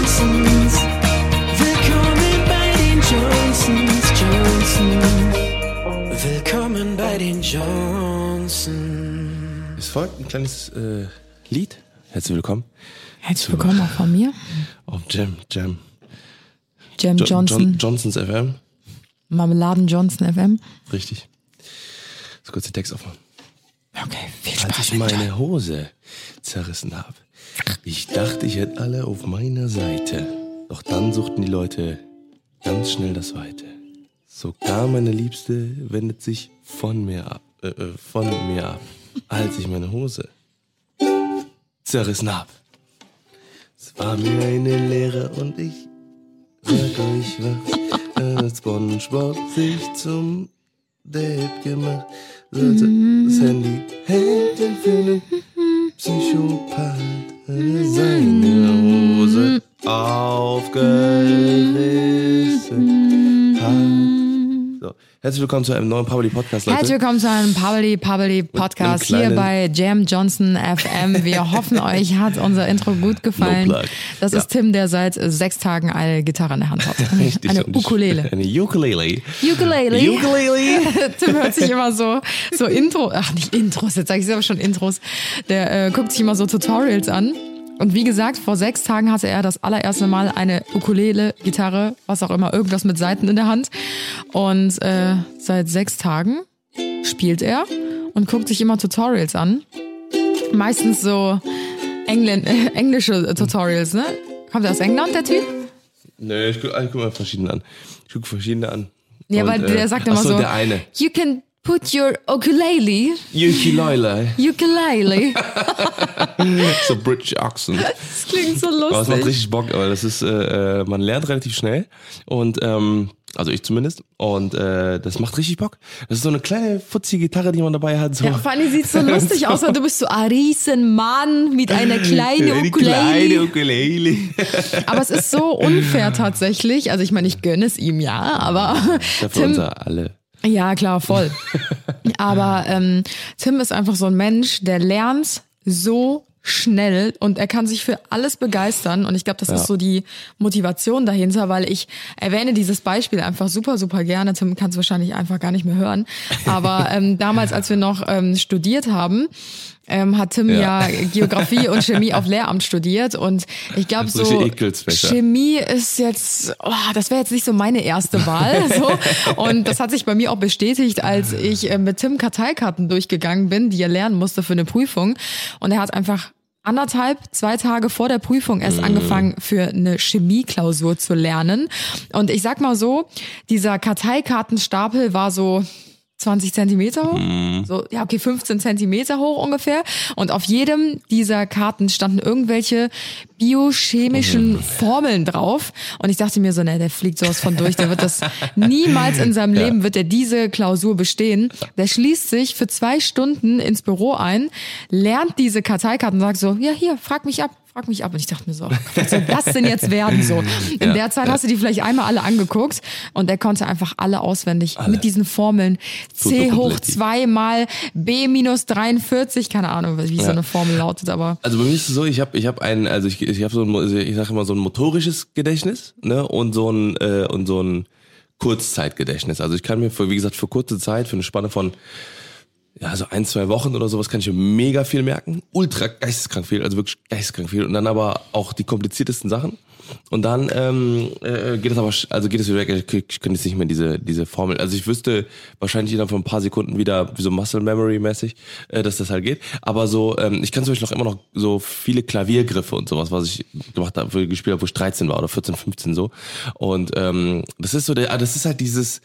Johnsons. Willkommen bei den Johnsons. Willkommen bei den Johnsons. Es folgt ein kleines Lied. Herzlich willkommen. Herzlich willkommen auch von mir. Auf Jam Johnson. Johnsons FM. Marmeladen Johnson FM. Richtig. So kurz den Text aufmachen. Okay, viel Als Spaß. ich meine Hose zerrissen habe, ich dachte, ich hätte alle auf meiner Seite. Doch dann suchten die Leute ganz schnell das Weite. Sogar meine Liebste wendet sich von mir ab, als ich meine Hose zerrissen habe. Es war mir eine Lehre und ich sag euch was, SpongeBob sich zum Date gemacht. Sollte das Handy hält für einen Psychopath seine Hose aufgerissen hat. So, herzlich willkommen zu einem neuen Publi Podcast, Leute. Herzlich willkommen zu einem Publi Podcast hier bei Jam Johnson FM. Wir hoffen, euch hat unser Intro gut gefallen. No plug. Das ist Tim, der seit 6 Tagen eine Gitarre in der Hand hat. Richtig. Eine Ukulele. Eine Ukulele. Tim hört sich immer so nicht Intros, jetzt sage ich selber schon Intros. Der guckt sich immer so Tutorials an. Und wie gesagt, vor 6 Tagen hatte er das allererste Mal eine Ukulele, Gitarre, was auch immer, irgendwas mit Saiten in der Hand. Und seit 6 Tagen spielt er und guckt sich immer Tutorials an. Meistens so englische Tutorials, ne? Kommt er aus England, der Typ? Nö, ich guck mal verschiedene an. Ja, und, weil der sagt immer so, der eine. You can put your ukulele. So British Accent. Das klingt so Aber es macht lustig. richtig Bock, aber das ist, man lernt relativ schnell und, also ich zumindest, und das macht richtig Bock. Das ist so eine kleine futzige Gitarre, die man dabei hat. So. Ja, vor allem sieht es so lustig aus, weil du bist so ein Riesenmann mit einer kleinen Eine Ukulele. kleine Ukulele. Aber es ist so unfair tatsächlich. Also ich meine, ich gönne es ihm ja, aber Dafür unser alle. ja, klar, voll. Aber Tim ist einfach so ein Mensch, der lernt so schnell und er kann sich für alles begeistern und ich glaube, das ist so die Motivation dahinter, weil ich erwähne dieses Beispiel einfach super, super gerne. Tim kann es wahrscheinlich einfach gar nicht mehr hören, aber damals, als wir noch studiert haben, hat Tim ja Geografie und Chemie auf Lehramt studiert und ich glaube so, Chemie ist jetzt, das wäre jetzt nicht so meine erste Wahl. So. Und das hat sich bei mir auch bestätigt, als ich mit Tim Karteikarten durchgegangen bin, die er lernen musste für eine Prüfung und er hat einfach 2 Tage vor der Prüfung erst angefangen, für eine Chemieklausur zu lernen. Und ich sag mal so, dieser Karteikartenstapel war so 20 Zentimeter hoch, so, 15 Zentimeter hoch ungefähr. Und auf jedem dieser Karten standen irgendwelche biochemischen Formeln drauf. Und ich dachte mir so, der fliegt sowas von durch, der wird das niemals in seinem Leben, wird er diese Klausur bestehen. Der schließt sich für 2 Stunden ins Büro ein, lernt diese Karteikarten und sagt so, ja, hier, frag mich ab. Und ich dachte mir so, was soll das denn jetzt werden? So. In der Zeit hast du die vielleicht einmal alle angeguckt und er konnte einfach alle auswendig mit diesen Formeln. C hoch 2 mal B minus 43, keine Ahnung, wie so eine Formel lautet, aber. Also bei mir ist es so, ich habe so ein, ich sage immer so ein motorisches Gedächtnis, ne, und so ein Kurzzeitgedächtnis. Also ich kann mir für kurze Zeit, für eine Spanne von so 1-2 Wochen oder sowas kann ich mir mega viel merken. Ultra geisteskrank viel, also wirklich geisteskrank viel. Und dann aber auch die kompliziertesten Sachen. Und dann geht es wieder weg. Ich könnte jetzt nicht mehr diese Formel. Also ich wüsste wahrscheinlich innerhalb von ein paar Sekunden wieder, wie so Muscle Memory mäßig, dass das halt geht. Aber so, ich kann zum Beispiel immer noch so viele Klaviergriffe und sowas, was ich gespielt habe, wo ich 13 war oder 14, 15 so. Und das ist so das ist halt dieses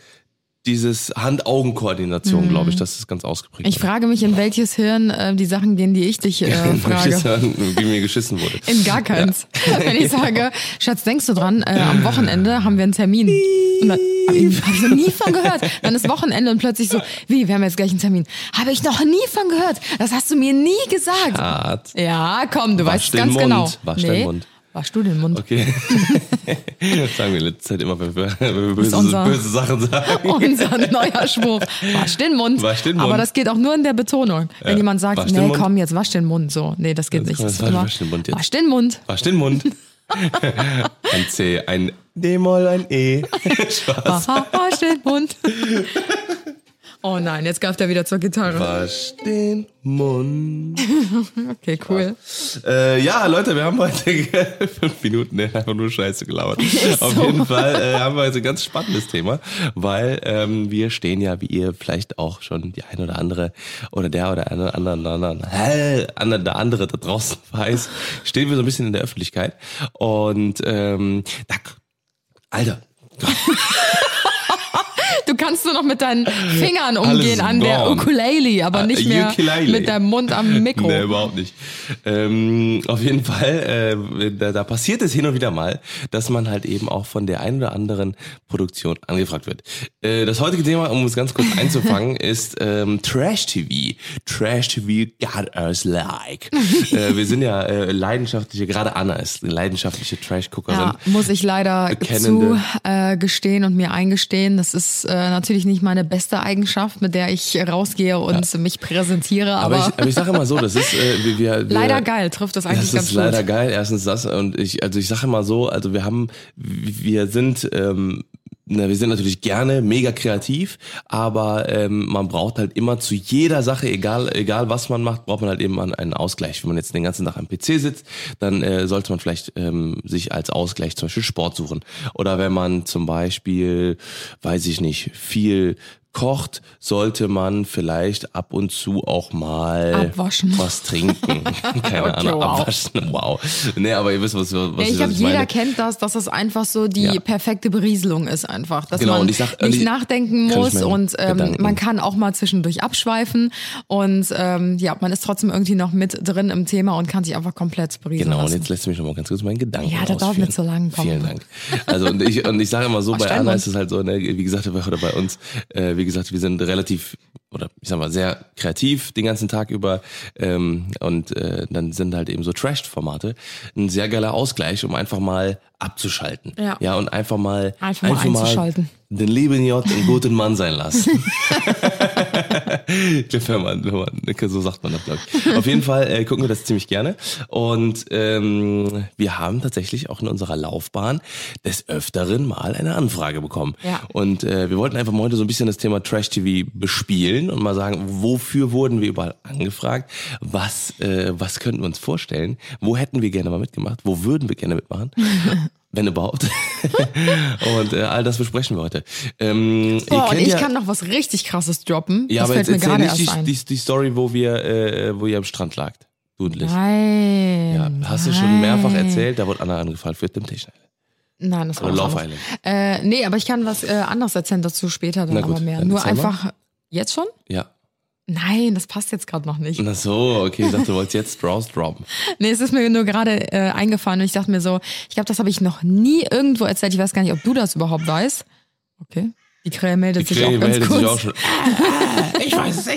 Hand-Augen-Koordination, glaube ich, das ist ganz ausgeprägt. Ich frage mich, in welches Hirn die Sachen gehen, die ich dich frage. Welches Hirn, wie mir geschissen wurde. In gar keins. Ja. Wenn ich sage, Schatz, denkst du dran, am Wochenende haben wir einen Termin. Und dann habe ich noch nie von gehört. Dann ist Wochenende und plötzlich so, wir haben jetzt gleich einen Termin. Habe ich noch nie von gehört. Das hast du mir nie gesagt. Schatz. Ja, komm, du weißt ganz genau. Wasch deinen Mund. Wasch du den Mund. Okay. Das sagen wir in letzter Zeit immer, wenn wir böse Sachen sagen. Unser neuer Spruch. Wasch den Mund. Wasch den Mund. Aber das geht auch nur in der Betonung. Wenn jemand sagt, komm, jetzt wasch den Mund. So, nee, das geht nicht. Das ist immer, Wasch den Mund jetzt. Wasch den Mund. Wasch den Mund. Ein C, ein D-Moll, ein E. Spaß. Wasch den Mund. Oh nein, jetzt greift er wieder zur Gitarre. Wasch den Mund. Okay, cool. Ja, Leute, wir haben heute 5 Minuten einfach nur Scheiße gelauert. Auf jeden Fall haben wir heute ein ganz spannendes Thema, weil wir stehen ja, wie ihr vielleicht auch schon die ein oder andere oder der oder der andere da draußen weiß, stehen wir so ein bisschen in der Öffentlichkeit und Alter. Du kannst nur noch mit deinen Fingern umgehen Alles an der gone. Ukulele, aber nicht mehr Ukulele. mit deinem Mund am Mikro. Nee, überhaupt nicht. Auf jeden Fall, da passiert es hin und wieder mal, dass man halt eben auch von der einen oder anderen Produktion angefragt wird. Das heutige Thema, um es ganz kurz einzufangen, ist Trash-TV. Trash-TV got us like. Wir sind ja leidenschaftliche, gerade Anna ist eine leidenschaftliche Trash-Guckerin. Ja, muss ich leider gestehen und mir eingestehen. Das ist natürlich nicht meine beste Eigenschaft, mit der ich rausgehe und mich präsentiere. Aber ich sage immer so, das ist wir leider geil, trifft das eigentlich ganz gut. Das ist leider geil. Erstens das und ich sage immer so, also wir sind natürlich gerne mega kreativ, aber man braucht halt immer zu jeder Sache, egal was man macht, braucht man halt eben einen Ausgleich. Wenn man jetzt den ganzen Tag am PC sitzt, dann sollte man vielleicht sich als Ausgleich zum Beispiel Sport suchen. Oder wenn man zum Beispiel, weiß ich nicht, viel kocht, sollte man vielleicht ab und zu auch mal abwaschen. Was trinken. Keine Ahnung, wow. Abwaschen, wow. Nee, aber ihr wisst, was ich meine. glaube, jeder kennt das, dass das einfach so die perfekte Berieselung ist einfach. Dass man nicht nachdenken muss und man kann auch mal zwischendurch abschweifen und man ist trotzdem irgendwie noch mit drin im Thema und kann sich einfach komplett berieseln lassen. Und jetzt lässt du mich noch mal ganz kurz meinen Gedanken Ja, das dauert nicht so lange. Vielen Dank. Also und ich sage immer so, bei Anna ist es halt so, wie gesagt, oder bei uns, wie gesagt, wir sind relativ, oder ich sag mal, sehr kreativ den ganzen Tag über und dann sind halt eben so Trash-Formate ein sehr geiler Ausgleich, um einfach mal abzuschalten. Ja, und einfach mal einzuschalten. Den lieben J einen guten Mann sein lassen. So sagt man das, glaube ich. Auf jeden Fall gucken wir das ziemlich gerne. Und wir haben tatsächlich auch in unserer Laufbahn des Öfteren mal eine Anfrage bekommen. Ja. Und wir wollten einfach mal heute so ein bisschen das Thema Trash-TV bespielen und mal sagen, wofür wurden wir überall angefragt? Was könnten wir uns vorstellen? Wo hätten wir gerne mal mitgemacht? Wo würden wir gerne mitmachen? Wenn überhaupt. Und all das besprechen wir heute. Ich kann noch was richtig Krasses droppen. Ja, das aber fällt jetzt mir gerade erzähl erst ein. nicht die Story, wo ihr am Strand lagt. Du und Liz. Nein. Ja, hast du schon mehrfach erzählt, da wurde Anna angefragt für Temptation Island. Nein, das war Oder was Love anderes. Nee, aber ich kann was anderes erzählen dazu später dann aber mehr. Nur einfach, jetzt schon? Ja. Nein, das passt jetzt gerade noch nicht. Na so, okay, ich dachte, du wolltest jetzt rausdroppen. Nee, es ist mir nur gerade eingefallen und ich dachte mir so, ich glaube, das habe ich noch nie irgendwo erzählt. Ich weiß gar nicht, ob du das überhaupt weißt. Okay. Die Krähe meldet sich auch ganz kurz. Sich auch schon. Ich weiß es.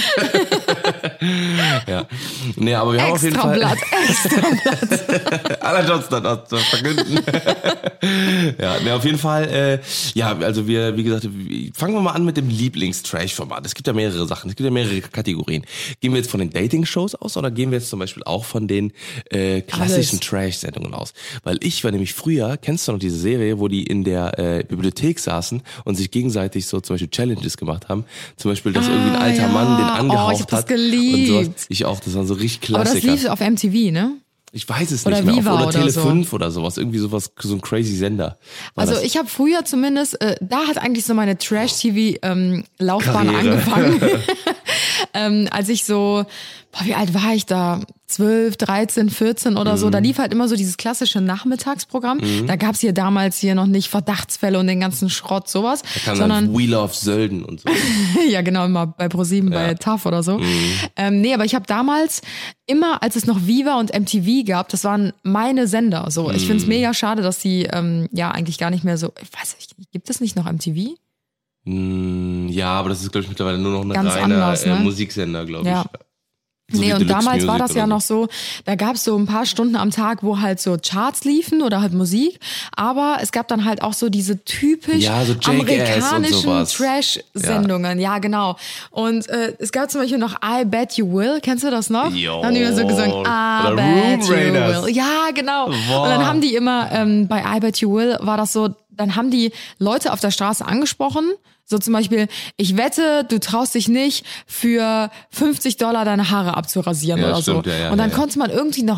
Ja. Nee, aber wir haben auf jeden Fall. Extrablatt. Anna Johnston hat das verkünden. Ja, nee, auf jeden Fall, also wie gesagt, fangen wir mal an mit dem Lieblings-Trash-Format. Es gibt ja mehrere Sachen, es gibt ja mehrere Kategorien. Gehen wir jetzt von den Dating-Shows aus oder gehen wir jetzt zum Beispiel auch von den klassischen Trash-Sendungen aus? Weil ich war nämlich früher, kennst du noch diese Serie, wo die in der Bibliothek saßen und sich gegenseitig so zum Beispiel Challenges gemacht haben. Zum Beispiel, dass irgendwie ein alter Mann den angehaucht hat. Geliebt. Und sowas. Ich auch, das waren so richtig Klassiker. Aber das lief auf MTV, ne? Ich weiß es oder nicht mehr. Viva Oder Tele so. 5 oder sowas. Irgendwie sowas, so ein crazy Sender. Also ich habe früher zumindest, da hat eigentlich so meine Trash-TV-Laufbahn angefangen. Als ich so, wie alt war ich da? 12, 13, 14 oder so. Da lief halt immer so dieses klassische Nachmittagsprogramm. Da gab's hier damals noch nicht Verdachtsfälle und den ganzen Schrott, sowas. Da kam sondern halt Wheel of Sölden und so. Ja, genau, immer bei ProSieben, bei TAF oder so. Nee, aber ich habe damals immer, als es noch Viva und MTV gab, das waren meine Sender. So, ich find's mega schade, dass die eigentlich gar nicht mehr so, ich weiß nicht, gibt es nicht noch MTV? Ja, aber das ist, glaube ich, mittlerweile nur noch eine ganz reine anders, ne? Musiksender, glaube ich. Ja. So nee, und damals Music war das ja so. noch so, da gab's so ein paar Stunden am Tag, wo halt so Charts liefen oder halt Musik, Aber es gab dann halt auch so diese typisch Ja, so Jackass und amerikanischen sowas. Trash-Sendungen. Ja, genau. Und es gab zum Beispiel noch I Bet You Will. Kennst du das noch? Jo. Dann haben die immer so gesungen, I Oder Bet Room You Raiders. Will. Ja, genau. Boah. Und dann haben die immer, bei I Bet You Will war das so, dann haben die Leute auf der Straße angesprochen. So zum Beispiel, ich wette, du traust dich nicht, für $50 deine Haare abzurasieren Ja, oder stimmt, so. ja, Und dann ja. konnte man irgendwie noch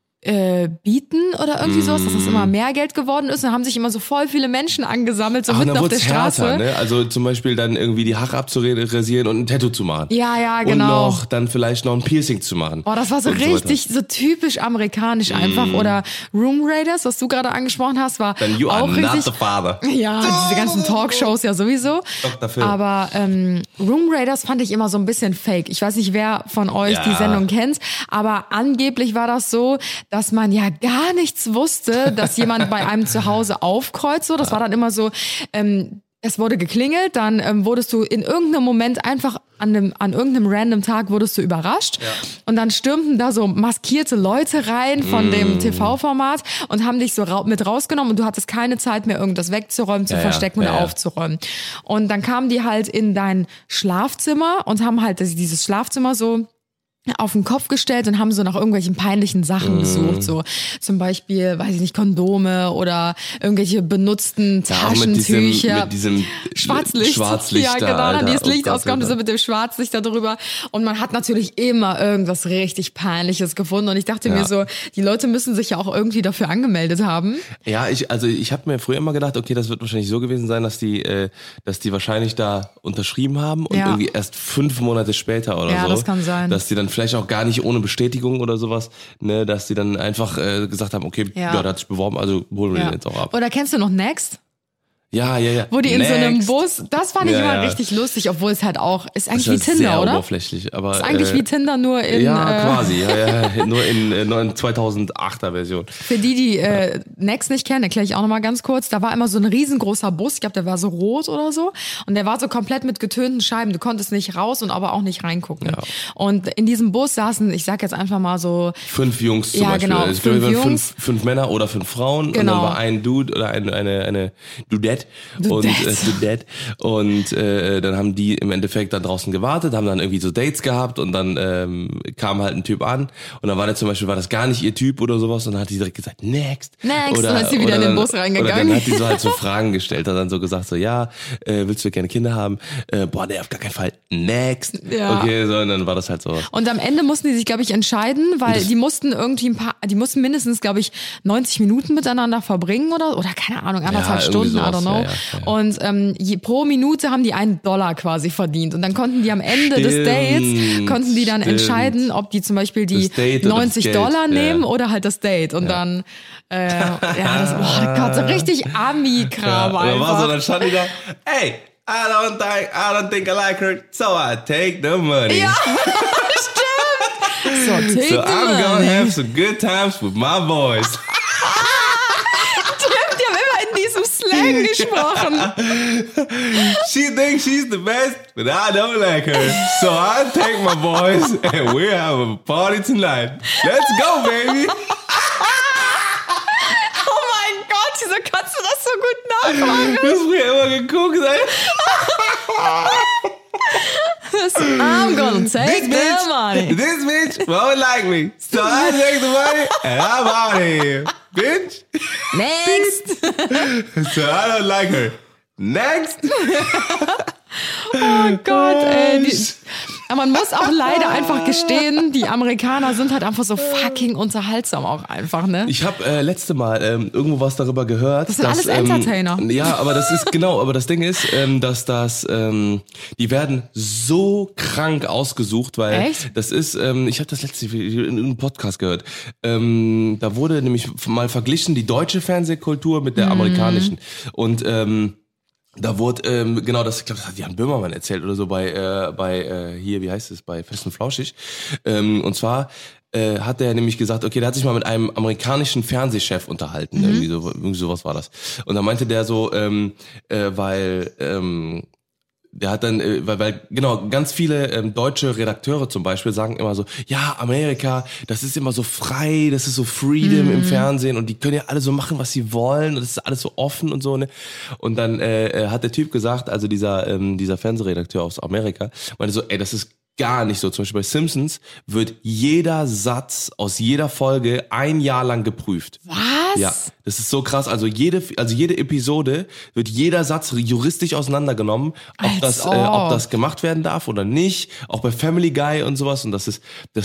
bieten oder irgendwie sowas, dass das immer mehr Geld geworden ist. Und dann haben sich immer so voll viele Menschen angesammelt, so Ach, und mitten dann auf wurde der es Straße. härter, ne? Also zum Beispiel dann irgendwie die Haare abzurasieren und ein Tattoo zu machen. Ja, Und genau. noch dann vielleicht noch ein Piercing zu machen. Boah, das war so Und richtig, so typisch amerikanisch einfach. Oder Room Raiders, was du gerade angesprochen hast, war Dann you are auch not richtig. the father. Ja, diese ganzen Talkshows ja sowieso. Dr. Phil. Aber Room Raiders fand ich immer so ein bisschen fake. Ich weiß nicht, wer von euch Ja. die Sendung kennt, aber angeblich war das so, dass man ja gar nichts wusste, dass jemand bei einem zu Hause aufkreuzt. So, das war dann immer so, es wurde geklingelt, dann wurdest du in irgendeinem Moment einfach an irgendeinem random Tag wurdest du überrascht und dann stürmten da so maskierte Leute rein von dem TV-Format und haben dich so mit rausgenommen und du hattest keine Zeit mehr, irgendwas wegzuräumen, zu verstecken oder aufzuräumen. Und dann kamen die halt in dein Schlafzimmer und haben halt dieses Schlafzimmer so auf den Kopf gestellt und haben so nach irgendwelchen peinlichen Sachen gesucht, so zum Beispiel, weiß ich nicht, Kondome oder irgendwelche benutzten Ja, auch Taschentücher. mit diesem Schwarzlicht. Schwarzlicht Ja, da, genau, dann Alter. dieses Licht Oh Gott, auskommt, so mit dem Schwarzlicht da drüber. Und man hat natürlich immer irgendwas richtig Peinliches gefunden. Und ich dachte mir so, die Leute müssen sich ja auch irgendwie dafür angemeldet haben. Ja, ich habe mir früher immer gedacht, okay, das wird wahrscheinlich so gewesen sein, dass die wahrscheinlich da unterschrieben haben und irgendwie erst 5 Monate später oder Ja, so. das kann sein. Dass die dann vielleicht auch gar nicht ohne Bestätigung oder sowas, ne, dass die dann einfach gesagt haben, okay, Ja. der hat sich beworben, also holen wir den jetzt auch ab. Oder kennst du noch Next? Ja. Wo die in so einem Next. Bus, das fand ich Ja, immer ja. richtig lustig, obwohl es halt auch, ist eigentlich Das wie ist Tinder, sehr oder? oberflächlich, aber Ist eigentlich wie Tinder, nur in, ja, quasi, ja, nur in 2008er Version. Für die Next nicht kennen, erkläre ich auch nochmal ganz kurz. Da war immer so ein riesengroßer Bus, ich glaube, der war so rot oder so. Und der war so komplett mit getönten Scheiben. Du konntest nicht raus und aber auch nicht reingucken. Ja. Und in diesem Bus saßen, ich sag jetzt einfach mal so, 5 Jungs zum Ja, Beispiel. genau, Also ich glaube, 5 es waren Jungs. 5 Männer oder 5 Frauen und Genau. dann war ein Dude oder eine Dudette und dann haben die im Endeffekt dann draußen gewartet, haben dann irgendwie so Dates gehabt und dann kam halt ein Typ an und dann war der zum Beispiel, war das gar nicht ihr Typ oder sowas und dann hat die direkt gesagt, next. Next, und dann ist sie wieder in den Bus reingegangen. Oder dann hat die so halt so Fragen gestellt, hat dann so gesagt so, ja, willst du gerne Kinder haben? Boah, nee, auf gar keinen Fall. Next. Ja. Okay, so und dann war das halt so. und am Ende mussten die sich, glaube ich, entscheiden, weil die mussten irgendwie die mussten mindestens, glaube ich, 90 Minuten miteinander verbringen oder keine Ahnung, 1,5 Ja, Stunden, irgendwie I don't know. sowas, ja. Und pro Minute haben die $1 quasi verdient. Und dann konnten die am Ende des Dates, konnten die dann Stimmt. entscheiden, ob die zum Beispiel die Das Date oder das $90 Geld, nehmen ja. oder halt das Date. Und dann, oh Gott, so richtig Ami-Kram und dann war so, einfach. dann stand die da, hey, I don't think I like her, so I take the money. Ja, stimmt. So, take So the I'm gonna money. have some good times with my boys. Die haben immer in diesem Slang gesprochen. She thinks she's the best, but I don't like her. So I take my boys and we have a party tonight. Let's go, baby. Oh mein Gott, wieso kannst du das so gut nachmachen? Du hast früher immer geguckt, ey. I'm gonna take the money. This bitch won't like me. So I take the money and I'm out of here. Bitch. Next. So I don't like her. Next. Oh Gott, ey. Aber man muss auch leider einfach gestehen, die Amerikaner sind halt einfach so fucking unterhaltsam auch einfach, ne? Ich habe letzte Mal irgendwo was darüber gehört. Das sind dass, alles Entertainer. Ja, aber das ist genau. Aber das Ding ist, dass die werden so krank ausgesucht, weil Echt? das ist. Ich habe das letzte in einem Podcast gehört. Da wurde nämlich mal verglichen die deutsche Fernsehkultur mit der amerikanischen und da wurde, genau, ich glaube, das hat Jan Böhmermann erzählt oder so bei hier, wie heißt es, bei Fest und Flauschig. Und zwar hat er nämlich gesagt, okay, der hat sich mal mit einem amerikanischen Fernsehchef unterhalten, irgendwie sowas war das. Und da meinte der so, weil der hat dann, weil genau, ganz viele deutsche Redakteure zum Beispiel sagen immer so, ja, Amerika, das ist immer so frei, das ist so Freedom im Fernsehen und die können ja alle so machen, was sie wollen und das ist alles so offen und so, ne? Und dann hat der Typ gesagt, also dieser Fernsehredakteur aus Amerika, meinte so, ey, das ist gar nicht so. Zum Beispiel bei Simpsons wird jeder Satz aus jeder Folge 1 Jahr lang geprüft. Was? Ja, das ist so krass. Also jede Episode wird jeder Satz juristisch auseinandergenommen, ob das gemacht werden darf oder nicht. Auch bei Family Guy und sowas. Und das ist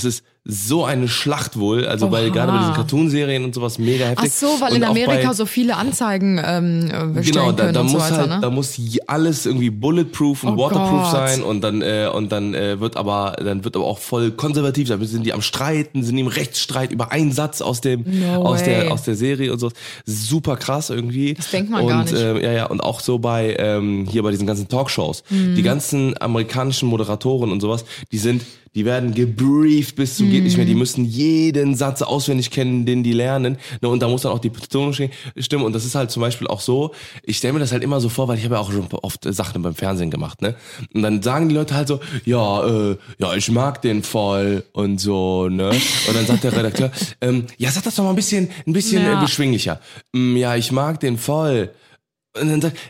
so eine Schlacht wohl. Also gerade bei diesen Cartoon-Serien und sowas mega heftig. Ach so, weil und in Amerika so viele Anzeigen bestellen können und so weiter, halt, ne? Da muss alles irgendwie bulletproof und waterproof sein und dann wird aber auch voll konservativ. Da sind die am Streiten, sind die im Rechtsstreit über einen Satz aus der Serie und so. Super krass irgendwie. Das denkt man gar nicht. Und auch so bei diesen ganzen Talkshows. Die ganzen amerikanischen Moderatoren und sowas, die werden gebrieft bis zum geht nicht mehr. Die müssen jeden Satz auswendig kennen, den die lernen. Und da muss dann auch die Betonung stimmen. Und das ist halt zum Beispiel auch so, ich stelle mir das halt immer so vor, weil ich habe ja auch schon oft Sachen beim Fernsehen gemacht, ne? Und dann sagen die Leute halt so, ja, ich mag den voll und so, ne? Und dann sagt der Redakteur, sag das doch mal ein bisschen beschwinglicher. Ja, ich mag den voll. Und dann sagt,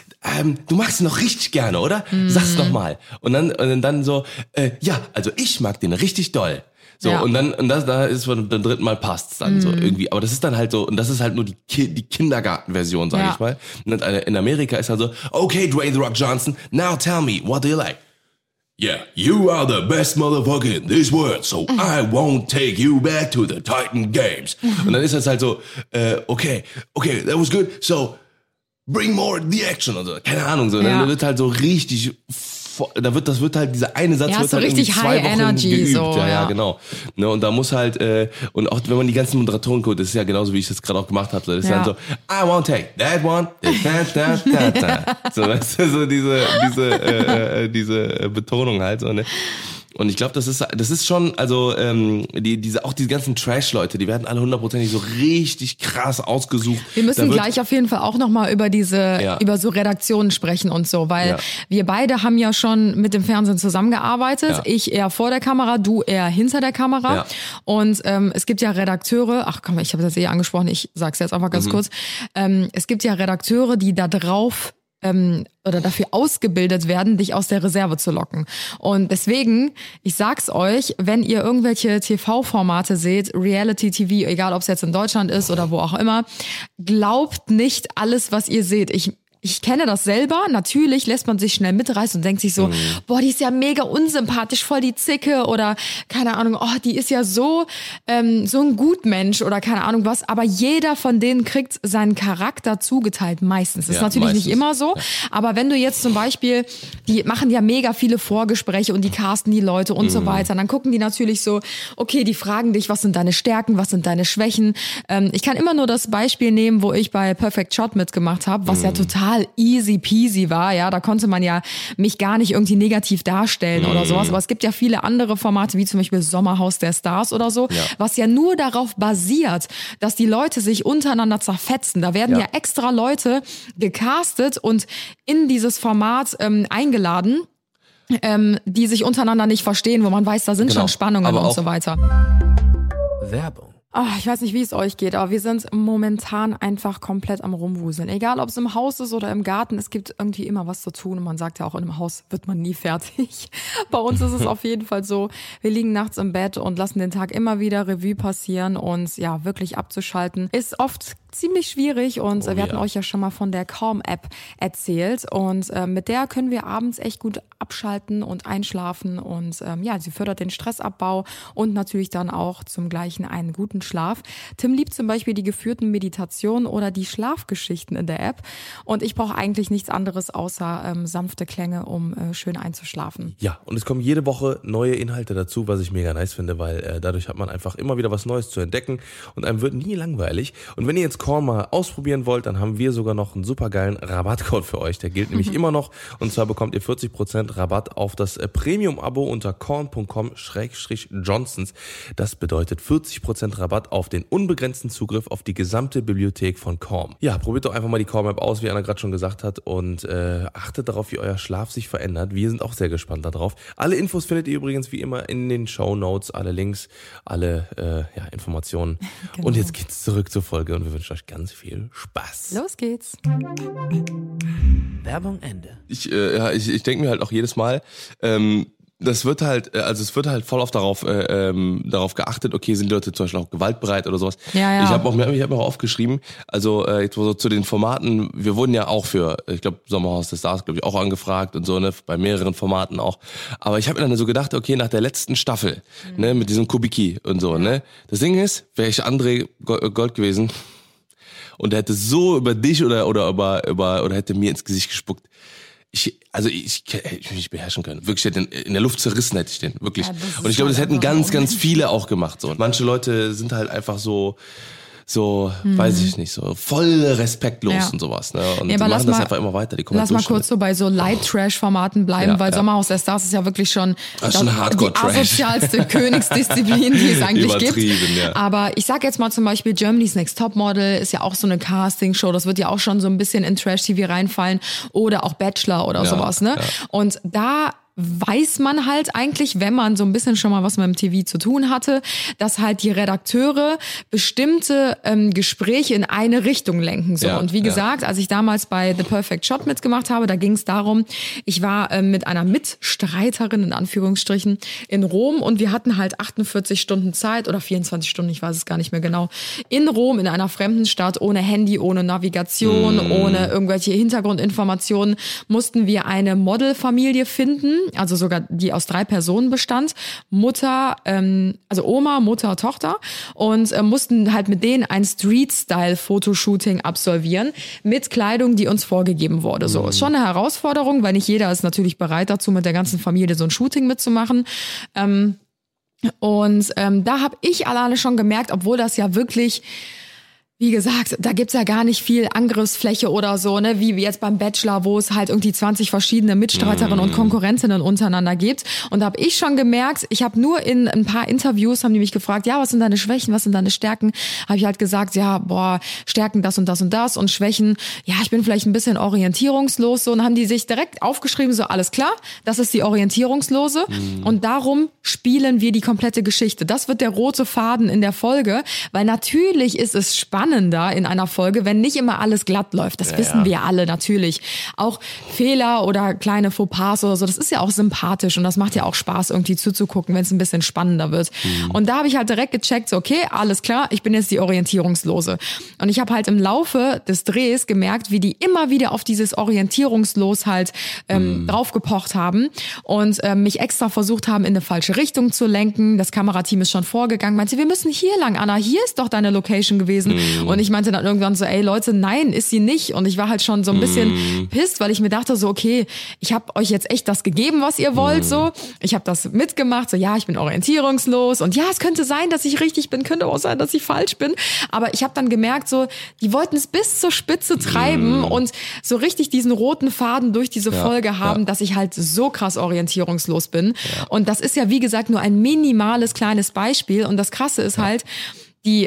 du magst ihn noch richtig gerne, oder? Sag's noch mal. Und dann so, also ich mag den richtig doll. So, ja. Und da ist beim 3. Mal passt's dann so irgendwie. Aber das ist dann halt so, und das ist halt nur die Kindergartenversion, sag ich mal. Und in Amerika ist halt so, okay, Dwayne The Rock Johnson, now tell me, what do you like? Yeah, you are the best motherfucker in this world, so I won't take you back to the Titan Games. Und dann ist das halt so, okay, that was good, so bring more the action und so. Keine Ahnung, so. Dann wird halt so richtig, das wird halt, dieser eine Satz wird so halt richtig irgendwie 2 Wochen Energy, geübt. so, Ja, genau. Ne, und da muss halt, und auch wenn man die ganzen Moderatoren guckt, das ist ja genauso, wie ich das gerade auch gemacht habe, das ist dann so, I won't take that one, so, weißt du, so diese Betonung halt, so, ne. Und ich glaube, das ist schon, also diese ganzen Trash-Leute, die werden alle 100%ig so richtig krass ausgesucht. Wir müssen gleich auf jeden Fall auch nochmal über über so Redaktionen sprechen und so, weil wir beide haben ja schon mit dem Fernsehen zusammengearbeitet. Ja. Ich eher vor der Kamera, du eher hinter der Kamera. Ja. Und es gibt ja Redakteure, ich habe das angesprochen, ich sag's jetzt einfach ganz kurz. Es gibt ja Redakteure, die da drauf oder dafür ausgebildet werden, dich aus der Reserve zu locken. Und deswegen, ich sag's euch, wenn ihr irgendwelche TV-Formate seht, Reality-TV, egal ob es jetzt in Deutschland ist oder wo auch immer, glaubt nicht alles, was ihr seht. Ich kenne das selber. Natürlich lässt man sich schnell mitreißen und denkt sich so, boah, die ist ja mega unsympathisch, voll die Zicke oder keine Ahnung, die ist ja so ein Gutmensch oder keine Ahnung was. Aber jeder von denen kriegt seinen Charakter zugeteilt, meistens. Das ist natürlich nicht immer so. Ja. Aber wenn du jetzt zum Beispiel, die machen ja mega viele Vorgespräche und die casten die Leute und so weiter, dann gucken die natürlich so, okay, die fragen dich, was sind deine Stärken, was sind deine Schwächen. Ich kann immer nur das Beispiel nehmen, wo ich bei Perfect Shot mitgemacht habe, was ja total easy peasy war, ja, da konnte man ja mich gar nicht irgendwie negativ darstellen oder sowas, aber es gibt ja viele andere Formate, wie zum Beispiel Sommerhaus der Stars oder so, was ja nur darauf basiert, dass die Leute sich untereinander zerfetzen. Da werden ja extra Leute gecastet und in dieses Format eingeladen, die sich untereinander nicht verstehen, wo man weiß, da sind schon Spannungen und so weiter. Werbung. Ich weiß nicht, wie es euch geht, aber wir sind momentan einfach komplett am Rumwuseln. Egal, ob es im Haus ist oder im Garten, es gibt irgendwie immer was zu tun. Und man sagt ja auch, in einem Haus wird man nie fertig. Bei uns ist es auf jeden Fall so, wir liegen nachts im Bett und lassen den Tag immer wieder Revue passieren. Und ja, wirklich abzuschalten ist oft ziemlich schwierig. Und wir hatten euch ja schon mal von der Calm-App erzählt. Und mit der können wir abends echt gut abschalten und einschlafen. Und sie fördert den Stressabbau und natürlich dann auch zum Gleichen einen guten Schlaf. Tim liebt zum Beispiel die geführten Meditationen oder die Schlafgeschichten in der App. Und ich brauche eigentlich nichts anderes außer sanfte Klänge, um schön einzuschlafen. Ja, und es kommen jede Woche neue Inhalte dazu, was ich mega nice finde, weil dadurch hat man einfach immer wieder was Neues zu entdecken und einem wird nie langweilig. Und wenn ihr jetzt Korn mal ausprobieren wollt, dann haben wir sogar noch einen supergeilen Rabattcode für euch. Der gilt nämlich immer noch. Und zwar bekommt ihr 40% Rabatt auf das Premium-Abo unter korn.com/Johnsons. Das bedeutet 40% Rabatt auf den unbegrenzten Zugriff auf die gesamte Bibliothek von Korn. Ja, probiert doch einfach mal die Korn-App aus, wie Anna gerade schon gesagt hat. Und achtet darauf, wie euer Schlaf sich verändert. Wir sind auch sehr gespannt darauf. Alle Infos findet ihr übrigens wie immer in den Shownotes, alle Links, alle Informationen. Genau. Und jetzt geht's zurück zur Folge und wir wünschen euch ganz viel Spaß. Los geht's. Werbung Ende. Ich denke mir halt auch jedes Mal, es wird halt voll oft darauf geachtet, okay, sind die Leute zum Beispiel auch gewaltbereit oder sowas. Ja. Ich habe auch aufgeschrieben, also jetzt so zu den Formaten, wir wurden ja auch für, ich glaube, Sommerhaus der Stars, glaube ich, auch angefragt und so, ne, bei mehreren Formaten auch. Aber ich habe mir dann so gedacht, okay, nach der letzten Staffel, ne, mit diesem Kubicki und so, ne, das Ding ist, wäre ich André Gold gewesen und er hätte so über dich oder hätte mir ins Gesicht gespuckt. Ich mich beherrschen können. Wirklich, in der Luft zerrissen hätte ich den. Wirklich. Ja, und ich glaube, das hätten ganz viele auch gemacht. So. Manche Leute sind halt einfach so, weiß ich nicht, so voll respektlos und sowas. Ne? Und die machen das einfach immer weiter. Die kommen lass mal kurz so bei so Light-Trash-Formaten bleiben, weil Sommerhaus der Stars ist ja wirklich schon die asozialste Königsdisziplin, die es eigentlich gibt. Ja. Aber ich sag jetzt mal zum Beispiel Germany's Next Topmodel ist ja auch so eine Casting-Show. Das wird ja auch schon so ein bisschen in Trash-TV reinfallen. Oder auch Bachelor oder sowas. Ne? Ja. Und da weiß man halt eigentlich, wenn man so ein bisschen schon mal was mit dem TV zu tun hatte, dass halt die Redakteure bestimmte Gespräche in eine Richtung lenken. So. Und wie gesagt, als ich damals bei The Perfect Shot mitgemacht habe, da ging es darum, ich war mit einer Mitstreiterin in Anführungsstrichen in Rom und wir hatten halt 48 Stunden Zeit oder 24 Stunden, ich weiß es gar nicht mehr genau, in Rom, in einer fremden Stadt, ohne Handy, ohne Navigation, ohne irgendwelche Hintergrundinformationen, mussten wir eine Modelfamilie finden, also sogar die aus 3 Personen bestand, Mutter, also Oma, Mutter, Tochter und mussten halt mit denen ein Street-Style-Fotoshooting absolvieren mit Kleidung, die uns vorgegeben wurde. So, ist schon eine Herausforderung, weil nicht jeder ist natürlich bereit dazu, mit der ganzen Familie so ein Shooting mitzumachen. Da habe ich alleine schon gemerkt, obwohl das ja wirklich, wie gesagt, da gibt's ja gar nicht viel Angriffsfläche oder so, ne, wie jetzt beim Bachelor, wo es halt irgendwie 20 verschiedene Mitstreiterinnen und Konkurrentinnen untereinander gibt. Und da habe ich schon gemerkt, ich habe nur in ein paar Interviews, haben die mich gefragt, ja, was sind deine Schwächen, was sind deine Stärken? Habe ich halt gesagt, ja, Stärken das und das und das und Schwächen, ja, ich bin vielleicht ein bisschen orientierungslos, so, und haben die sich direkt aufgeschrieben, so, alles klar, das ist die Orientierungslose und darum spielen wir die komplette Geschichte. Das wird der rote Faden in der Folge, weil natürlich ist es spannender in einer Folge, wenn nicht immer alles glatt läuft. Das wissen wir alle natürlich. Auch Fehler oder kleine Fauxpas oder so, das ist ja auch sympathisch und das macht ja auch Spaß, irgendwie zuzugucken, wenn es ein bisschen spannender wird. Und da habe ich halt direkt gecheckt, so okay, alles klar, ich bin jetzt die Orientierungslose. Und ich habe halt im Laufe des Drehs gemerkt, wie die immer wieder auf dieses Orientierungslos halt draufgepocht haben und mich extra versucht haben, in eine falsche Richtung zu lenken. Das Kamerateam ist schon vorgegangen, meinte, wir müssen hier lang, Anna, hier ist doch deine Location gewesen. Und ich meinte dann irgendwann so, ey Leute, nein, ist sie nicht. Und ich war halt schon so ein bisschen pisst, weil ich mir dachte so, okay, ich habe euch jetzt echt das gegeben, was ihr wollt. So, ich habe das mitgemacht, so ja, ich bin orientierungslos und ja, es könnte sein, dass ich richtig bin, könnte auch sein, dass ich falsch bin. Aber ich habe dann gemerkt, so, die wollten es bis zur Spitze treiben und so richtig diesen roten Faden durch diese Folge haben, dass ich halt so krass orientierungslos bin. Ja. Und das ist ja, wie gesagt, nur ein minimales kleines Beispiel. Und das Krasse ist halt, die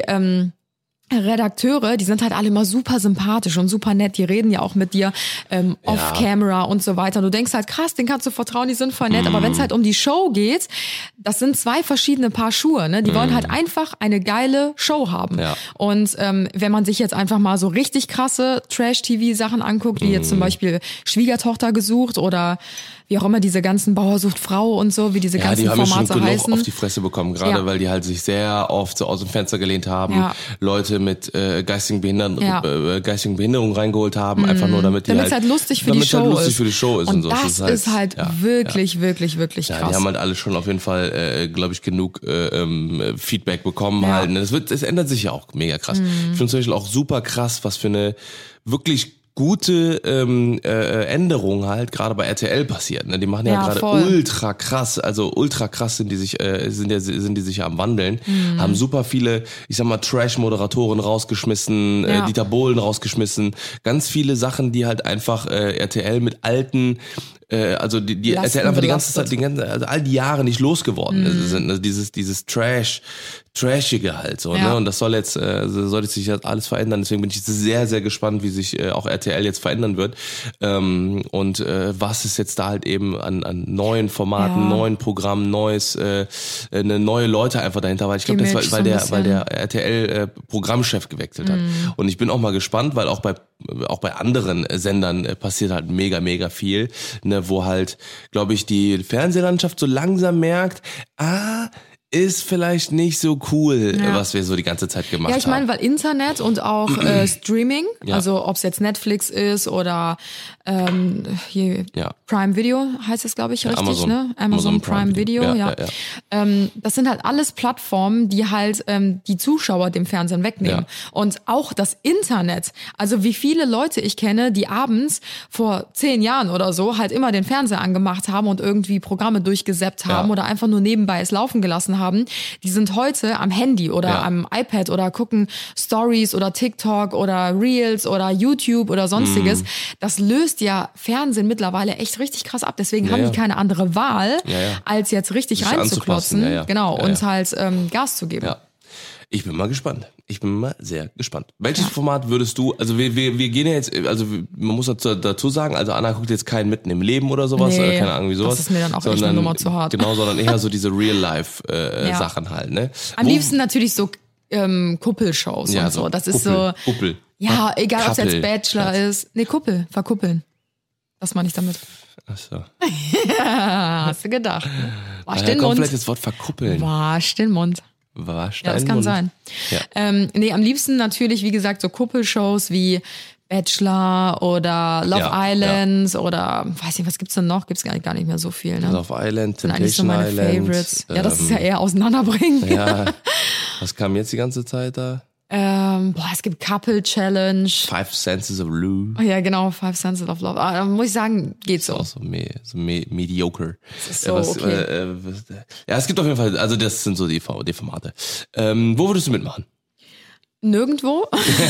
Redakteure, die sind halt alle immer super sympathisch und super nett, die reden ja auch mit dir off-camera und so weiter. Du denkst halt, krass, denen kannst du vertrauen, die sind voll nett, aber wenn es halt um die Show geht, das sind 2 verschiedene Paar Schuhe, ne? Die wollen halt einfach eine geile Show haben. Ja. Und wenn man sich jetzt einfach mal so richtig krasse Trash-TV-Sachen anguckt, wie jetzt zum Beispiel Schwiegertochter gesucht oder wie auch immer diese ganzen Bauer sucht Frau und so, wie diese ganzen Formate heißen. Die haben ja schon genug auf die Fresse bekommen, gerade weil die halt sich sehr oft so aus dem Fenster gelehnt haben, Leute mit geistigen Behinderung reingeholt haben, einfach nur damit es halt lustig für die Show ist. Und das ist halt wirklich krass. Die haben halt alle schon auf jeden Fall, glaube ich, genug Feedback bekommen halt. Es ändert sich ja auch mega krass. Ich finde zum Beispiel auch super krass, was für eine wirklich gute Änderungen halt gerade bei RTL passiert. Ne? Die machen ja gerade ultra krass sind die sich ja am Wandeln, haben super viele, ich sag mal, Trash-Moderatoren rausgeschmissen, Dieter Bohlen rausgeschmissen, ganz viele Sachen, die halt einfach RTL mit alten also die RTL einfach die ganze Zeit, also all die Jahre nicht losgeworden sind. Also dieses Trashige halt so, ne? Und das soll jetzt sich jetzt alles verändern. Deswegen bin ich sehr, sehr gespannt, wie sich auch RTL jetzt verändern wird. Und was es jetzt da halt eben an neuen Formaten, neuen Programmen, neue Leute einfach dahinter war. Ich glaube, das war, weil der RTL Programmchef gewechselt hat. Und ich bin auch mal gespannt, weil auch bei anderen Sendern passiert halt mega, mega viel, ne, wo halt, glaube ich, die Fernsehlandschaft so langsam merkt, ist vielleicht nicht so cool, was wir so die ganze Zeit gemacht haben. Ja, ich meine, weil Internet und auch Streaming, also ob es jetzt Netflix ist oder hier Prime Video heißt es, glaube ich, richtig, ne? Amazon Prime Video, das sind halt alles Plattformen, die halt die Zuschauer dem Fernsehen wegnehmen. Und auch das Internet, also wie viele Leute ich kenne, die abends vor 10 Jahren oder so halt immer den Fernseher angemacht haben und irgendwie Programme durchgesäppt haben oder einfach nur nebenbei es laufen gelassen haben, die sind heute am Handy oder am iPad oder gucken Stories oder TikTok oder Reels oder YouTube oder sonstiges. Das löst ja Fernsehen mittlerweile echt richtig krass ab. Deswegen haben die keine andere Wahl, als jetzt richtig sich reinzuklotzen. Und halt Gas zu geben. Ja. Ich bin mal gespannt. Ich bin mal sehr gespannt. Welches Format würdest du, also wir gehen ja jetzt, also man muss dazu sagen, also Anna guckt jetzt keinen Mitten im Leben oder sowas, oder keine Ahnung wie sowas. Das ist mir dann auch echt eine Nummer zu hart. Genau, sondern eher so diese Real-Life-Sachen halt, ne? Am liebsten natürlich so Kuppelshows und so. Das ist Kuppel. Ja, egal ob es jetzt Bachelor ist. Nee, verkuppeln. Das meine ich damit. Ach so. Ja, hast du gedacht. Wasch den Mund. Vielleicht das Wort verkuppeln. Wasch den Mund. Ja, das kann sein. Ja. Am liebsten natürlich, wie gesagt, so Kuppelshows wie Bachelor oder Love Island oder weiß nicht, was gibt's denn noch? Gibt's gar nicht mehr so viel, ne? Love Island, Temptation eigentlich so meine Island. Favorites. Ja, das ist ja eher auseinanderbringen. Ja. Was kam jetzt die ganze Zeit da? Es gibt Couple Challenge. 5 Senses of Lou. Ja, genau, 5 Senses of Love. Da muss ich sagen, geht so. Das ist auch so mediocre. Das ist so okay. Es gibt auf jeden Fall, also das sind so die Formate. Wo würdest du mitmachen? Nirgendwo.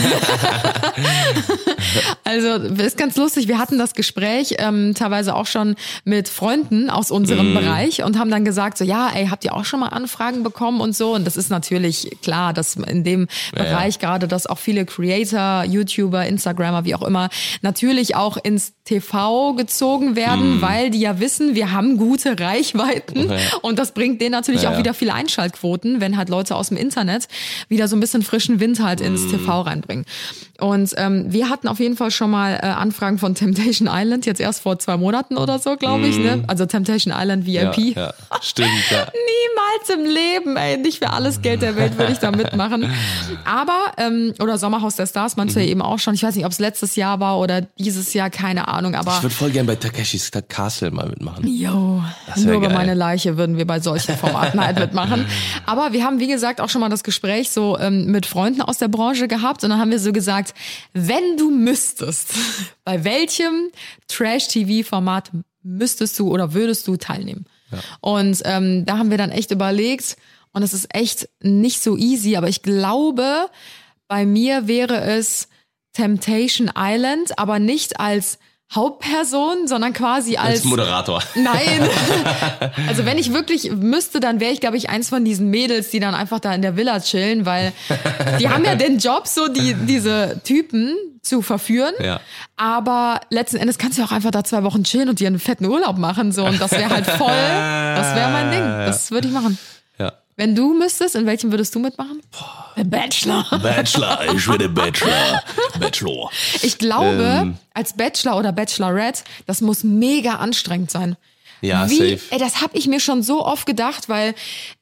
Also, ist ganz lustig. Wir hatten das Gespräch teilweise auch schon mit Freunden aus unserem Bereich und haben dann gesagt so, habt ihr auch schon mal Anfragen bekommen und so? Und das ist natürlich klar, dass in dem Bereich gerade, dass auch viele Creator, YouTuber, Instagrammer, wie auch immer, natürlich auch ins TV gezogen werden, weil die ja wissen, wir haben gute Reichweiten und das bringt denen natürlich auch wieder viele Einschaltquoten, wenn halt Leute aus dem Internet wieder so ein bisschen frischen Wind halt ins TV reinbringen. Und wir hatten auf jeden Fall schon mal Anfragen von Temptation Island, jetzt erst vor 2 Monaten oder so, glaube ich, ne? Also Temptation Island VIP. Ja, stimmt, ja. Niemals im Leben, nicht für alles Geld der Welt würde ich da mitmachen. Aber, oder Sommerhaus der Stars, manche eben auch schon, ich weiß nicht, ob es letztes Jahr war oder dieses Jahr, keine Ahnung, aber... Ich würde voll gern bei Takeshis Castle mal mitmachen. Jo, nur über meine Leiche würden wir bei solchen Formaten halt mitmachen. Aber wir haben, wie gesagt, auch schon mal das Gespräch so mit Freunden aus der Branche gehabt und dann haben wir so gesagt, wenn du müsstest, bei welchem Trash-TV-Format müsstest du oder würdest du teilnehmen? Ja. Und da haben wir dann echt überlegt und es ist echt nicht so easy, aber ich glaube, bei mir wäre es Temptation Island, aber nicht als Hauptperson, sondern quasi als Moderator. Nein. Also wenn ich wirklich müsste, dann wäre ich, glaube ich, eins von diesen Mädels, die dann einfach da in der Villa chillen, weil die haben ja den Job, so diese Typen zu verführen. Ja. Aber letzten Endes kannst du auch einfach da 2 Wochen chillen und dir einen fetten Urlaub machen. So. Und das wäre halt voll, das wäre mein Ding. Das würde ich machen. Ja. Wenn du müsstest, in welchem würdest du mitmachen? Bachelor. Ich will den Bachelor. Ich glaube, als Bachelor oder Bachelorette, das muss mega anstrengend sein. Ja, safe. Das habe ich mir schon so oft gedacht, weil,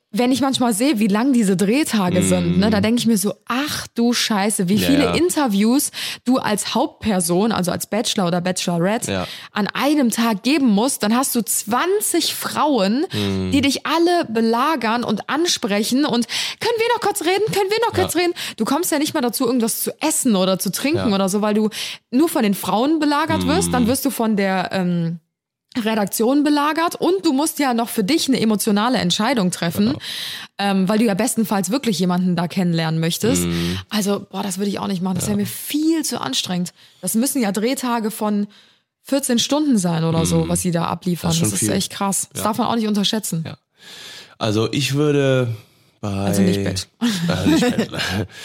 wenn ich manchmal sehe, wie lang diese Drehtage sind, ne, da denke ich mir so, ach du Scheiße, wie viele Interviews du als Hauptperson, also als Bachelor oder Bachelorette, an einem Tag geben musst, dann hast du 20 Frauen, die dich alle belagern und ansprechen und können wir noch kurz reden? Du kommst ja nicht mal dazu, irgendwas zu essen oder zu trinken oder so, weil du nur von den Frauen belagert wirst, dann wirst du von der Redaktion belagert und du musst ja noch für dich eine emotionale Entscheidung treffen, weil du ja bestenfalls wirklich jemanden da kennenlernen möchtest. Also, das würde ich auch nicht machen. Das wäre mir viel zu anstrengend. Das müssen ja Drehtage von 14 Stunden sein oder so, was sie da abliefern. Das ist echt krass. Das darf man auch nicht unterschätzen. Ja. Also ich würde Also nicht Bett. Nicht Bett.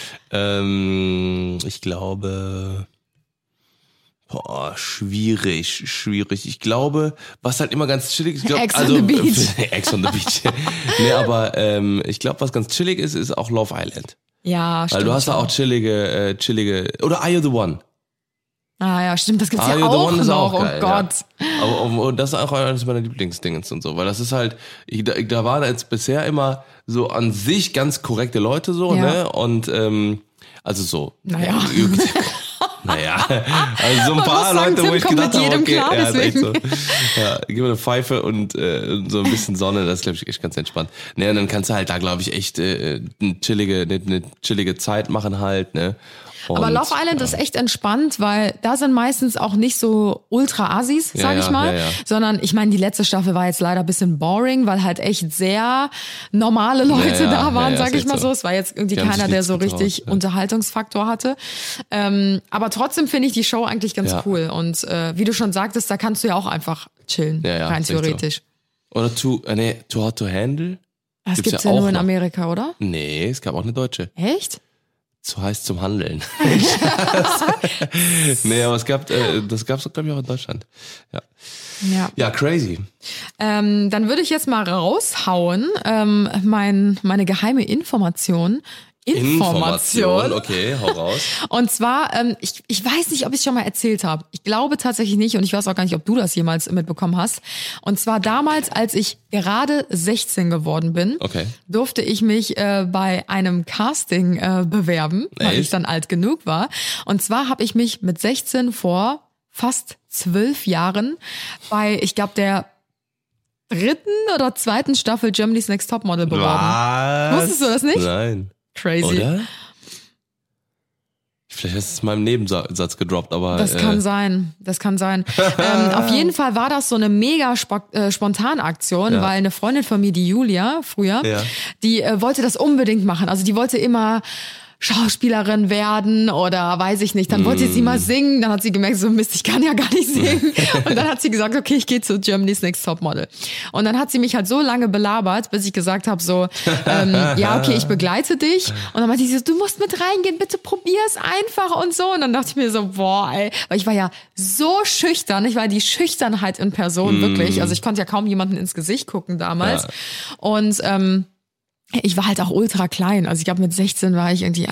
Ich glaube... schwierig. Ich glaube, was halt immer ganz chillig ist, Ex on the Beach. Ex on the Beach. Nee, aber ich glaube, was ganz chillig ist auch Love Island. Ja, stimmt. Weil du hast da auch chillige, oder Are You the One? Ah ja, stimmt, das gibt's ja Are You the auch One ist noch, auch geil, oh Gott. Ja. Aber das ist auch eines meiner Lieblingsdingens und so, weil das ist halt, da waren jetzt bisher immer so an sich ganz korrekte Leute so, ne? Und also so. Naja. Naja, also so ein paar Leute, wo ich gedacht habe, okay, ist echt so. Ja, gib mir eine Pfeife und so ein bisschen Sonne, das ist, glaube ich, echt ganz entspannt. Ne, und dann kannst du halt da, glaube ich, echt eine chillige Zeit machen halt, ne. Und, aber Love Island ist echt entspannt, weil da sind meistens auch nicht so Ultra-Assis, sag ich mal, sondern ich meine, die letzte Staffel war jetzt leider ein bisschen boring, weil halt echt sehr normale Leute da waren, sag ich mal so. Es war jetzt irgendwie keiner, der so richtig Unterhaltungsfaktor hatte. Aber trotzdem finde ich die Show eigentlich ganz cool. Und wie du schon sagtest, da kannst du ja auch einfach chillen, rein theoretisch. So. Oder Too Hot to Handle. Das gibt's ja nur in Amerika, oder? Nee, es gab auch eine deutsche. Echt? Zu heiß zum Handeln. Nee, aber das gab's glaube ich auch in Deutschland. Ja, crazy. Dann würde ich jetzt mal raushauen, meine geheime Information, okay, hau raus. Und zwar, ich weiß nicht, ob ich es schon mal erzählt habe. Ich glaube tatsächlich nicht und ich weiß auch gar nicht, ob du das jemals mitbekommen hast. Und zwar damals, als ich gerade 16 geworden bin, durfte ich mich bei einem Casting bewerben, weil ich dann alt genug war. Und zwar habe ich mich mit 16 vor fast 12 Jahren bei, ich glaube, der 3. oder 2. Staffel Germany's Next Topmodel beworben. Was? Wusstest du das nicht? Nein. Crazy. Oder? Vielleicht hast du es in meinem Nebensatz gedroppt, aber... Das kann sein. Auf jeden Fall war das so eine mega Spontanaktion, weil eine Freundin von mir, die Julia, früher, die wollte das unbedingt machen. Also die wollte immer Schauspielerin werden oder weiß ich nicht. Dann wollte sie mal singen, dann hat sie gemerkt, so Mist, ich kann ja gar nicht singen. Und dann hat sie gesagt, okay, ich gehe zu Germany's Next Topmodel. Und dann hat sie mich halt so lange belabert, bis ich gesagt habe, so, ja, okay, ich begleite dich. Und dann meinte sie so, du musst mit reingehen, bitte probier's einfach und so. Und dann dachte ich mir so, boah, ey, weil ich war ja so schüchtern, ich war die Schüchternheit in Person, wirklich. Also ich konnte ja kaum jemanden ins Gesicht gucken damals. Und ich war halt auch ultra klein. Also ich glaube, mit 16 war ich irgendwie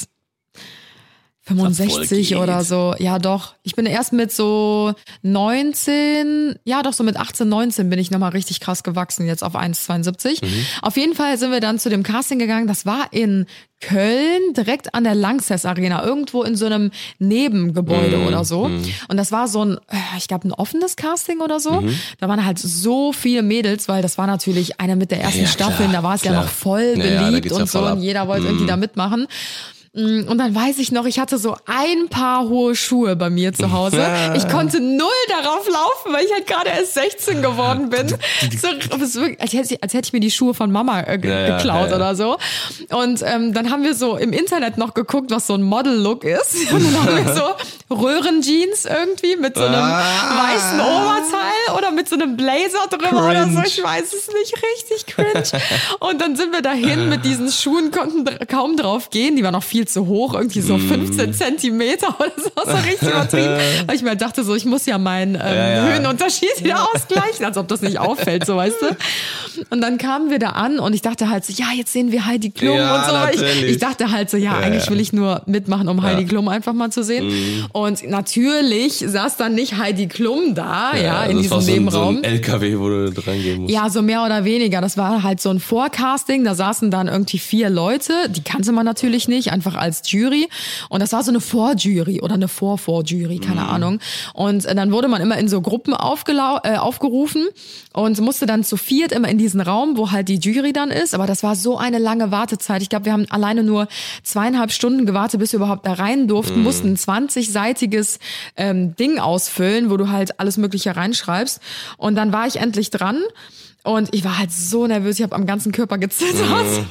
1,65 oder so. Ja, doch. Ich bin erst mit so 19, ja doch, so mit 18, 19 bin ich nochmal richtig krass gewachsen, jetzt auf 1,72. Auf jeden Fall sind wir dann zu dem Casting gegangen. Das war in Köln, direkt an der Lanxess Arena, irgendwo in so einem Nebengebäude oder so. Und das war so ein, ich glaube, ein offenes Casting oder so. Da waren halt so viele Mädels, weil das war natürlich eine mit der ersten Staffeln, da war es ja noch voll beliebt und so und jeder wollte irgendwie da mitmachen. Und dann weiß ich noch, ich hatte so ein Paar hohe Schuhe bei mir zu Hause. Ich konnte null darauf laufen, weil ich halt gerade erst 16 geworden bin. So, als hätte ich mir die Schuhe von Mama geklaut oder so. Und dann haben wir so im Internet noch geguckt, was so ein Model-Look ist. Und dann haben wir so Röhrenjeans irgendwie mit so einem weißen Oberteil oder mit so einem Blazer drüber oder so. Ich weiß es nicht, richtig cringe. Und dann sind wir dahin mit diesen Schuhen, konnten kaum drauf gehen. Die waren noch viel viel zu hoch, irgendwie so 15 Zentimeter oder so, das war richtig übertrieben. Weil ich mir dachte so, ich muss ja meinen Höhenunterschied wieder ausgleichen, als ob das nicht auffällt, so weißt du. Und dann kamen wir da an und ich dachte halt so, ja, jetzt sehen wir Heidi Klum und so. Ich dachte halt so, eigentlich will ich nur mitmachen, um Heidi Klum einfach mal zu sehen. Und natürlich saß dann nicht Heidi Klum da, in diesem Nebenraum. So ein LKW, wo du dran gehen musst. Ja, so mehr oder weniger. Das war halt so ein Forecasting. Da saßen dann irgendwie 4 Leute. Die kannte man natürlich nicht, einfach als Jury. Und das war so eine Vorjury oder eine Vorjury, keine Ahnung. Und dann wurde man immer in so Gruppen aufgerufen und musste dann zu 4 immer in diesen Raum, wo halt die Jury dann ist. Aber das war so eine lange Wartezeit. Ich glaube, wir haben alleine nur 2,5 Stunden gewartet, bis wir überhaupt da rein durften. Mussten ein 20-seitiges Ding ausfüllen, wo du halt alles Mögliche reinschreibst. Und dann war ich endlich dran. Und ich war halt so nervös, ich habe am ganzen Körper gezittert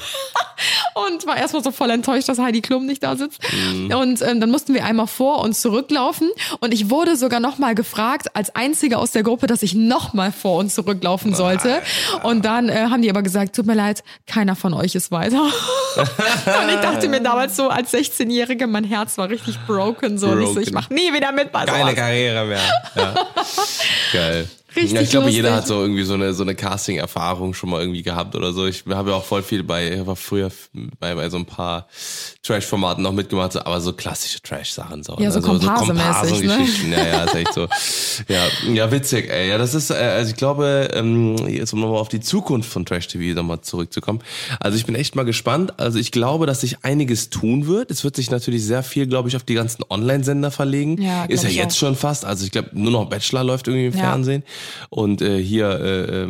und war erstmal so voll enttäuscht, dass Heidi Klum nicht da sitzt. Und dann mussten wir einmal vor und zurücklaufen und ich wurde sogar nochmal gefragt, als Einzige aus der Gruppe, dass ich nochmal vor und zurücklaufen sollte. Und dann haben die aber gesagt, tut mir leid, keiner von euch ist weiter. Und ich dachte mir damals so, als 16-Jährige, mein Herz war richtig broken. Und ich so, ich mach nie wieder mit bei sowas. Keine Karriere mehr. Ja. Geil. Richtig ich glaube, lustig. jeder hat so irgendwie so eine Casting-Erfahrung schon mal irgendwie gehabt oder so. Ich habe ja auch voll viel war früher bei so ein paar Trash-Formaten noch mitgemacht, aber so klassische Trash-Sachen. So, ja, so Komparse-mäßig, ne? Ja, ist echt so. Ja, witzig, ey. Ja, das ist, also ich glaube, jetzt um nochmal auf die Zukunft von Trash-TV nochmal zurückzukommen. Also ich bin echt mal gespannt. Also ich glaube, dass sich einiges tun wird. Es wird sich natürlich sehr viel, glaube ich, auf die ganzen Online-Sender verlegen. Ja, ist ja jetzt schon fast. Also ich glaube, nur noch Bachelor läuft irgendwie im Fernsehen. Und hier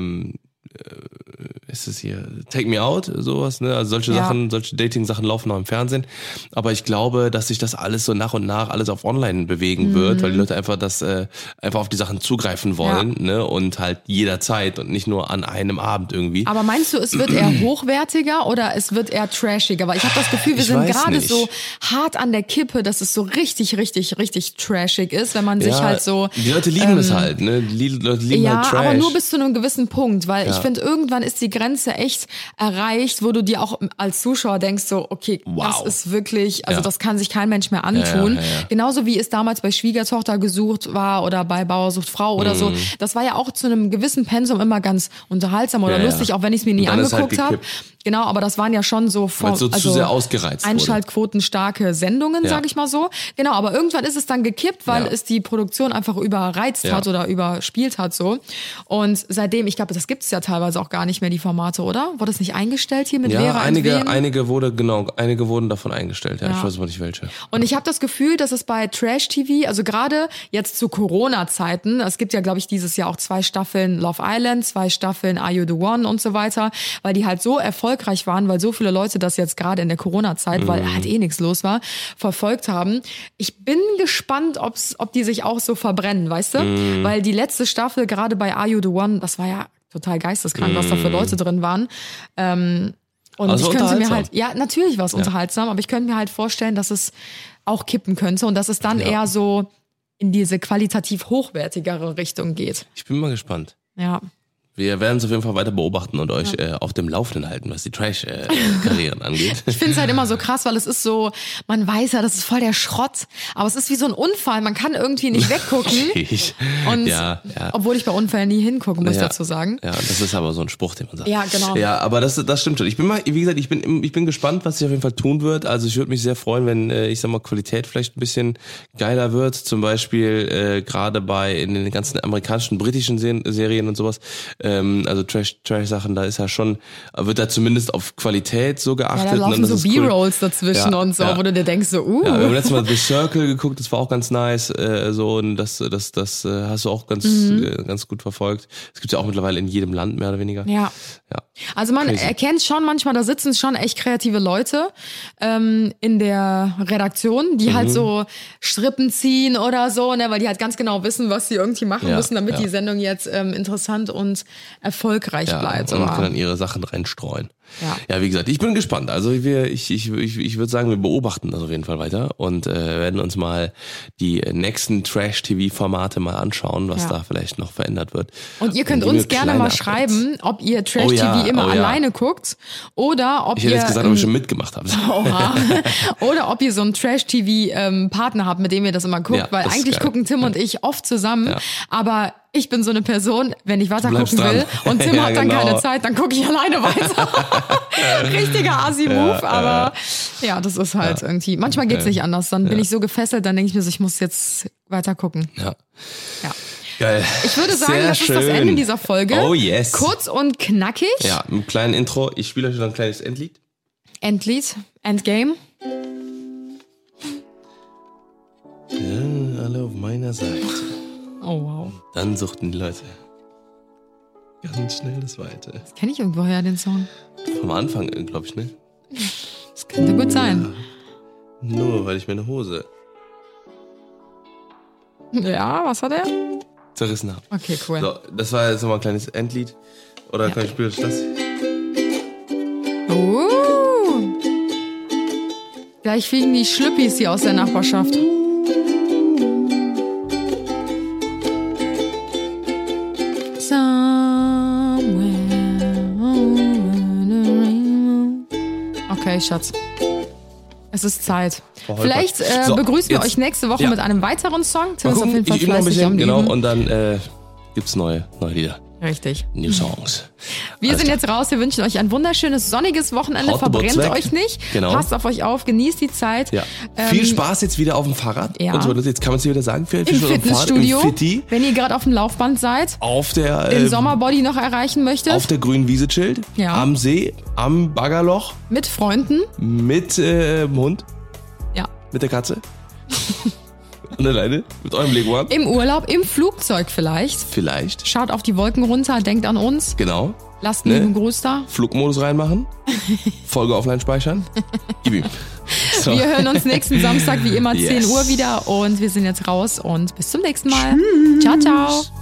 ist es hier Take Me Out, sowas, ne? Also solche Sachen, solche Dating-Sachen laufen noch im Fernsehen. Aber ich glaube, dass sich das alles so nach und nach alles auf Online bewegen wird, weil die Leute einfach einfach auf die Sachen zugreifen wollen, ne? Und halt jederzeit und nicht nur an einem Abend irgendwie. Aber meinst du, es wird eher hochwertiger oder es wird eher trashiger? Weil ich habe das Gefühl, wir sind gerade so hart an der Kippe, dass es so richtig, richtig, richtig trashig ist, wenn man sich halt so... Die Leute lieben es halt, ne? Die Leute lieben halt Trash. Ja, aber nur bis zu einem gewissen Punkt, weil ich finde, irgendwann ist die Grenze echt erreicht, wo du dir auch als Zuschauer denkst so, okay, das ist wirklich, also das kann sich kein Mensch mehr antun. Ja. Genauso wie es damals bei Schwiegertochter gesucht war oder bei Bauer sucht Frau oder so. Das war ja auch zu einem gewissen Pensum immer ganz unterhaltsam oder lustig, auch wenn ich es mir nie angeguckt habe. Genau, aber das waren ja schon so zu sehr ausgereizt einschaltquotenstarke Sendungen, sag ich mal so. Genau, aber irgendwann ist es dann gekippt, weil es die Produktion einfach überreizt hat oder überspielt hat so. Und seitdem, ich glaube, das gibt es ja teilweise auch gar nicht mehr, die Formate, oder? Wurde es nicht eingestellt hier mit Vera einige wurden davon eingestellt, ich weiß aber nicht welche. Und ich habe das Gefühl, dass es bei Trash-TV, also gerade jetzt zu Corona-Zeiten, es gibt ja, glaube ich, dieses Jahr auch 2 Staffeln Love Island, 2 Staffeln Are You The One und so weiter, weil die halt so erfolgreich waren, weil so viele Leute das jetzt gerade in der Corona-Zeit, weil halt nichts los war, verfolgt haben. Ich bin gespannt, ob die sich auch so verbrennen, weißt du? Weil die letzte Staffel, gerade bei Are You The One, das war ja total geisteskrank, was da für Leute drin waren. Und also ich könnte mir halt, natürlich war es unterhaltsam, aber ich könnte mir halt vorstellen, dass es auch kippen könnte und dass es dann eher so in diese qualitativ hochwertigere Richtung geht. Ich bin mal gespannt. Ja. Wir werden es auf jeden Fall weiter beobachten und euch auf dem Laufenden halten, was die Trash-Karrieren angeht. Ich finde es halt immer so krass, weil es ist so, man weiß ja, das ist voll der Schrott, aber es ist wie so ein Unfall, man kann irgendwie nicht weggucken. Und obwohl ich bei Unfällen nie hingucke, muss ich dazu sagen. Ja, das ist aber so ein Spruch, den man sagt. Ja, genau. Ja, aber das stimmt schon. Ich bin mal, wie gesagt, ich bin gespannt, was sich auf jeden Fall tun wird. Also ich würde mich sehr freuen, wenn, ich sag mal, Qualität vielleicht ein bisschen geiler wird. Zum Beispiel gerade in den ganzen amerikanischen, britischen Serien und sowas. Also Trash-Sachen, da ist ja schon, wird da zumindest auf Qualität so geachtet. Ja, da laufen so B-Rolls dazwischen und so, wo du dir denkst so, Ja, wir haben letztes Mal The Circle geguckt, das war auch ganz nice, so, und das hast du auch ganz gut verfolgt. Es gibt ja auch mittlerweile in jedem Land, mehr oder weniger. Ja. Also man erkennt schon manchmal, da sitzen schon echt kreative Leute in der Redaktion, die halt so Strippen ziehen oder so, ne, weil die halt ganz genau wissen, was sie irgendwie machen müssen, damit die Sendung jetzt interessant und erfolgreich bleibt. Und können dann ihre Sachen reinstreuen. Ja, wie gesagt, ich bin gespannt. Also ich würde sagen, wir beobachten das auf jeden Fall weiter und werden uns mal die nächsten Trash-TV-Formate mal anschauen, was da vielleicht noch verändert wird. Und ihr könnt uns gerne mal schreiben, ob ihr Trash-TV immer alleine guckt oder ob ich hätte jetzt gesagt, ob ihr schon mitgemacht habt. Oder ob ihr so einen Trash-TV-Partner habt, mit dem ihr das immer guckt, weil eigentlich gucken Tim und ich oft zusammen, aber ich bin so eine Person, wenn ich weiter gucken will und Tim hat dann keine Zeit, dann gucke ich alleine weiter. Richtiger Asi-Move, aber ja, das ist halt irgendwie, manchmal geht's nicht anders, dann bin ich so gefesselt, dann denke ich mir so, ich muss jetzt weiter gucken. Ja. Geil. Ich würde sagen, das ist das Ende dieser Folge. Oh yes. Kurz und knackig. Ja, mit einem kleinen Intro. Ich spiele euch noch ein kleines Endlied. Endgame. Ja, alle auf meiner Seite. Oh wow. Dann suchten die Leute ganz schnell das Weite. Das kenne ich irgendwoher, den Song. Vom Anfang, glaube ich, ne? Das könnte gut sein. Ja, nur weil ich meine Hose was hat er? zerrissen habe. Okay, cool. So, das war jetzt nochmal ein kleines Endlied. Oder kann ich spielen das? Gleich fliegen die Schlüppis hier aus der Nachbarschaft. Okay, Schatz. Es ist Zeit. Vielleicht begrüßen wir euch nächste Woche mit einem weiteren Song. Tim ist auf jeden Fall fleißig am Üben. Genau, und dann gibt's neue Lieder. Richtig. New Songs. Wir sind jetzt raus. Wir wünschen euch ein wunderschönes, sonniges Wochenende. Verbrennt euch nicht. Genau. Passt auf euch auf. Genießt die Zeit. Ja. Viel Spaß jetzt wieder auf dem Fahrrad. Ja. Und so, jetzt kann man es wieder sagen. Im Fitnessstudio. Im Fitti. Wenn ihr gerade auf dem Laufband seid. Auf der den Sommerbody noch erreichen möchtet. Auf der grünen Wiese chillt. Ja. Am See. Am Baggerloch. Mit Freunden. Mit Hund. Ja. Mit der Katze. Und alleine? Mit eurem Leguan? Im Urlaub, im Flugzeug vielleicht. Vielleicht. Schaut auf die Wolken runter, denkt an uns. Genau. Lasst einen lieben Gruß da. Flugmodus reinmachen. Folge offline speichern. Gib ihm. So. Wir hören uns nächsten Samstag wie immer 10 Uhr wieder und wir sind jetzt raus und bis zum nächsten Mal. Tschüss. Ciao, ciao.